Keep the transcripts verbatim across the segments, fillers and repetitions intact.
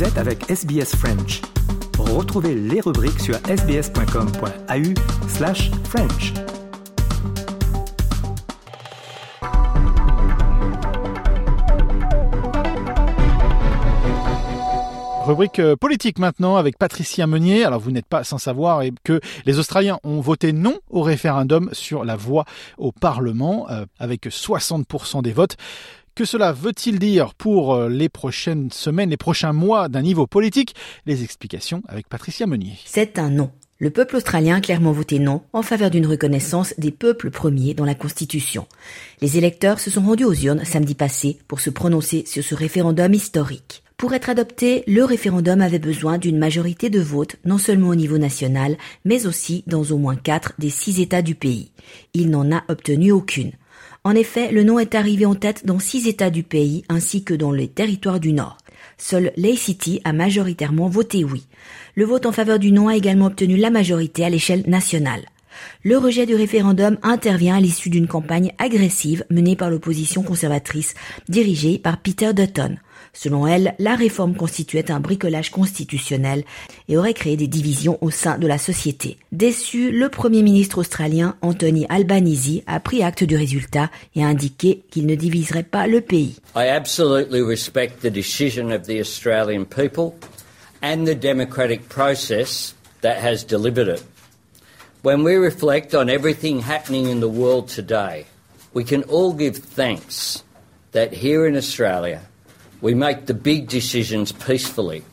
Vous êtes avec S B S French. Retrouvez les rubriques sur sbs.com.au slash French. Rubrique politique maintenant avec Patricia Meunier. Alors vous n'êtes pas sans savoir que les Australiens ont voté non au référendum sur la voix au Parlement euh, avec soixante pour cent des votes. Que cela veut-il dire pour les prochaines semaines, les prochains mois d'un niveau politique? Les explications avec Patricia Meunier. C'est un non. Le peuple australien a clairement voté non en faveur d'une reconnaissance des peuples premiers dans la Constitution. Les électeurs se sont rendus aux urnes samedi passé pour se prononcer sur ce référendum historique. Pour être adopté, le référendum avait besoin d'une majorité de votes, non seulement au niveau national, mais aussi dans au moins quatre des six États du pays. Il n'en a obtenu aucune. En effet, le non est arrivé en tête dans six États du pays ainsi que dans les territoires du Nord. Seul l'A-C-T a majoritairement voté oui. Le vote en faveur du non a également obtenu la majorité à l'échelle nationale. Le rejet du référendum intervient à l'issue d'une campagne agressive menée par l'opposition conservatrice dirigée par Peter Dutton. Selon elle, la réforme constituait un bricolage constitutionnel et aurait créé des divisions au sein de la société. Déçu, le Premier ministre australien Anthony Albanese a pris acte du résultat et a indiqué qu'il ne diviserait pas le pays. I absolutely respect the decision of the Australian people and the democratic process that has delivered it. When we reflect on everything happening in the world today, we can all give thanks that here in Australia we make the big decisions peacefully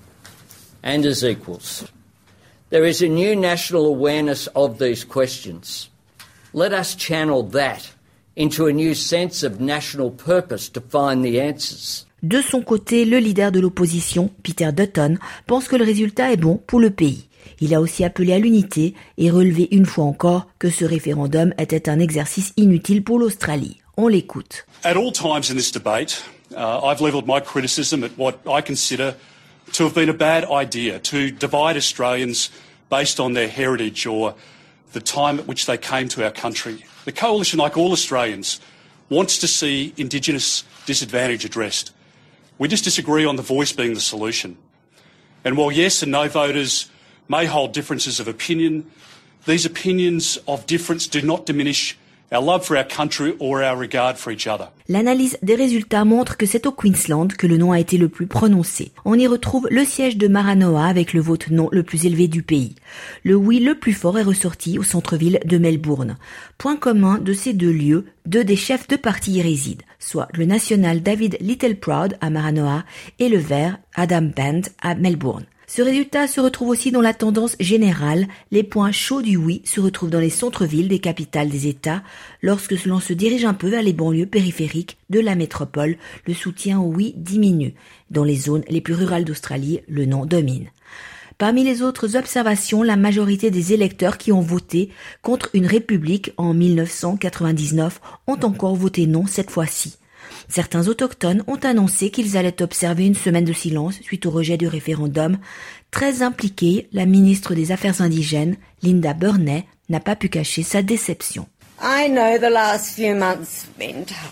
and as equals. There is a new national awareness of these questions. Let us channel that into a new sense of national purpose to find the answers. De son côté, le leader de l'opposition, Peter Dutton, pense que le résultat est bon pour le pays. Il a aussi appelé à l'unité et relevé une fois encore que ce référendum était un exercice inutile pour l'Australie. On l'écoute. At all times in this debate, uh, I've levelled my criticism at what I consider to have been a bad idea, to divide Australians based on their heritage or the time at which they came to our country. The Coalition, like all Australians, wants to see Indigenous disadvantage addressed. We just disagree on the voice being the solution. And while yes and no voters may hold differences of opinion, these opinions of difference do not diminish our love for our country or our regard for each other. L'analyse des résultats montre que c'est au Queensland que le non a été le plus prononcé. On y retrouve le siège de Maranoa avec le vote non le plus élevé du pays. Le oui le plus fort est ressorti au centre-ville de Melbourne. Point commun de ces deux lieux, deux des chefs de parti y résident, soit le national David Littleproud à Maranoa et le vert Adam Band à Melbourne. Ce résultat se retrouve aussi dans la tendance générale. Les points chauds du oui se retrouvent dans les centres-villes des capitales des États. Lorsque l'on se dirige un peu vers les banlieues périphériques de la métropole, le soutien au oui diminue. Dans les zones les plus rurales d'Australie, le non domine. Parmi les autres observations, la majorité des électeurs qui ont voté contre une république en mille neuf cent quatre-vingt-dix-neuf ont encore voté non cette fois-ci. Certains autochtones ont annoncé qu'ils allaient observer une semaine de silence suite au rejet du référendum. Très impliquée, la ministre des Affaires indigènes, Linda Burney, n'a pas pu cacher sa déception. I know the last few months have been tough.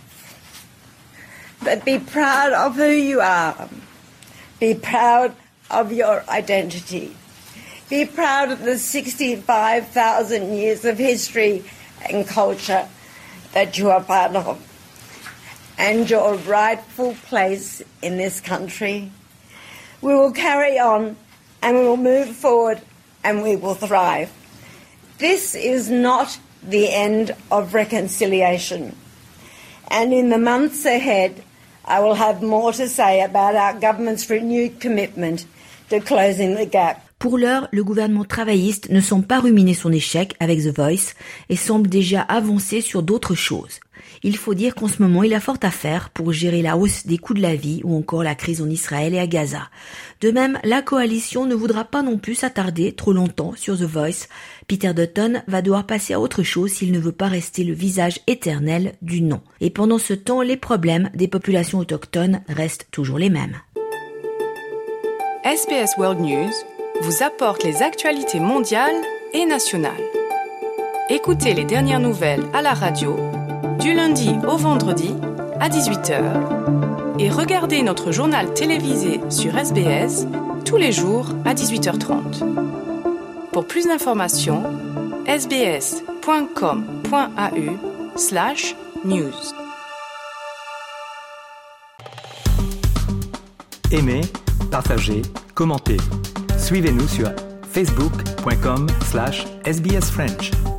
But be proud of who you are. Be proud of your identity. Be proud of the sixty-five thousand years of history and culture that you are part of. And your rightful place in this country. We will carry on and we will move forward and we will thrive. This is not the end of reconciliation. And in the months ahead, I will have more to say about our government's renewed commitment to closing the gap. Pour l'heure, le gouvernement travailliste ne semble pas ruminer son échec avec The Voice et semble déjà avancer sur d'autres choses. Il faut dire qu'en ce moment, il a fort à faire pour gérer la hausse des coûts de la vie ou encore la crise en Israël et à Gaza. De même, la coalition ne voudra pas non plus s'attarder trop longtemps sur The Voice. Peter Dutton va devoir passer à autre chose s'il ne veut pas rester le visage éternel du non. Et pendant ce temps, les problèmes des populations autochtones restent toujours les mêmes. S B S World News vous apporte les actualités mondiales et nationales. Écoutez les dernières nouvelles à la radio du lundi au vendredi à dix-huit heures et regardez notre journal télévisé sur S B S tous les jours à dix-huit heures trente. Pour plus d'informations, sbs.com.au slash news. Aimez, partagez, commentez. Suivez-nous sur facebook point com slash S B S French.